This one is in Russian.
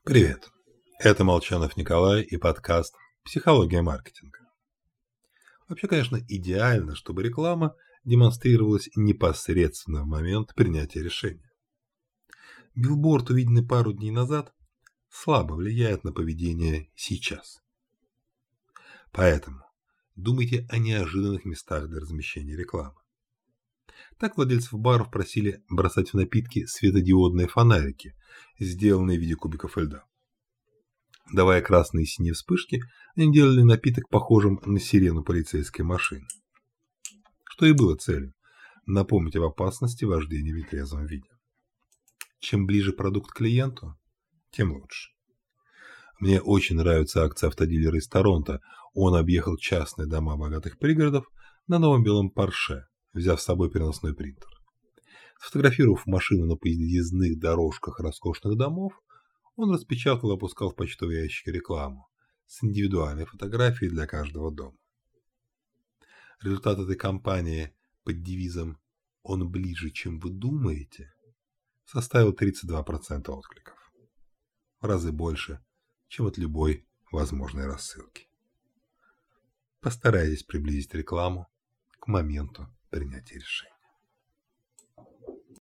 Привет! Это Молчанов Николай и подкаст «Психология маркетинга». Вообще, конечно, идеально, чтобы реклама демонстрировалась непосредственно в момент принятия решения. Билборд, увиденный пару дней назад, слабо влияет на поведение сейчас. Поэтому думайте о неожиданных местах для размещения рекламы. Так владельцев баров просили бросать в напитки светодиодные фонарики, сделанные в виде кубиков льда. Давая красные и синие вспышки, они делали напиток похожим на сирену полицейской машины. Что и было целью – напомнить об опасности вождения в нетрезвом виде. Чем ближе продукт к клиенту, тем лучше. Мне очень нравится акция автодилера из Торонто. Он объехал частные дома богатых пригородов на новом белом Порше, взяв с собой переносной принтер. Сфотографировав машину на подъездных дорожках роскошных домов, он распечатал и опускал в почтовые ящики рекламу с индивидуальной фотографией для каждого дома. Результат этой кампании под девизом «Он ближе, чем вы думаете» составил 32% откликов. В разы больше, чем от любой возможной рассылки. Постарайтесь приблизить рекламу к моменту принятия решения.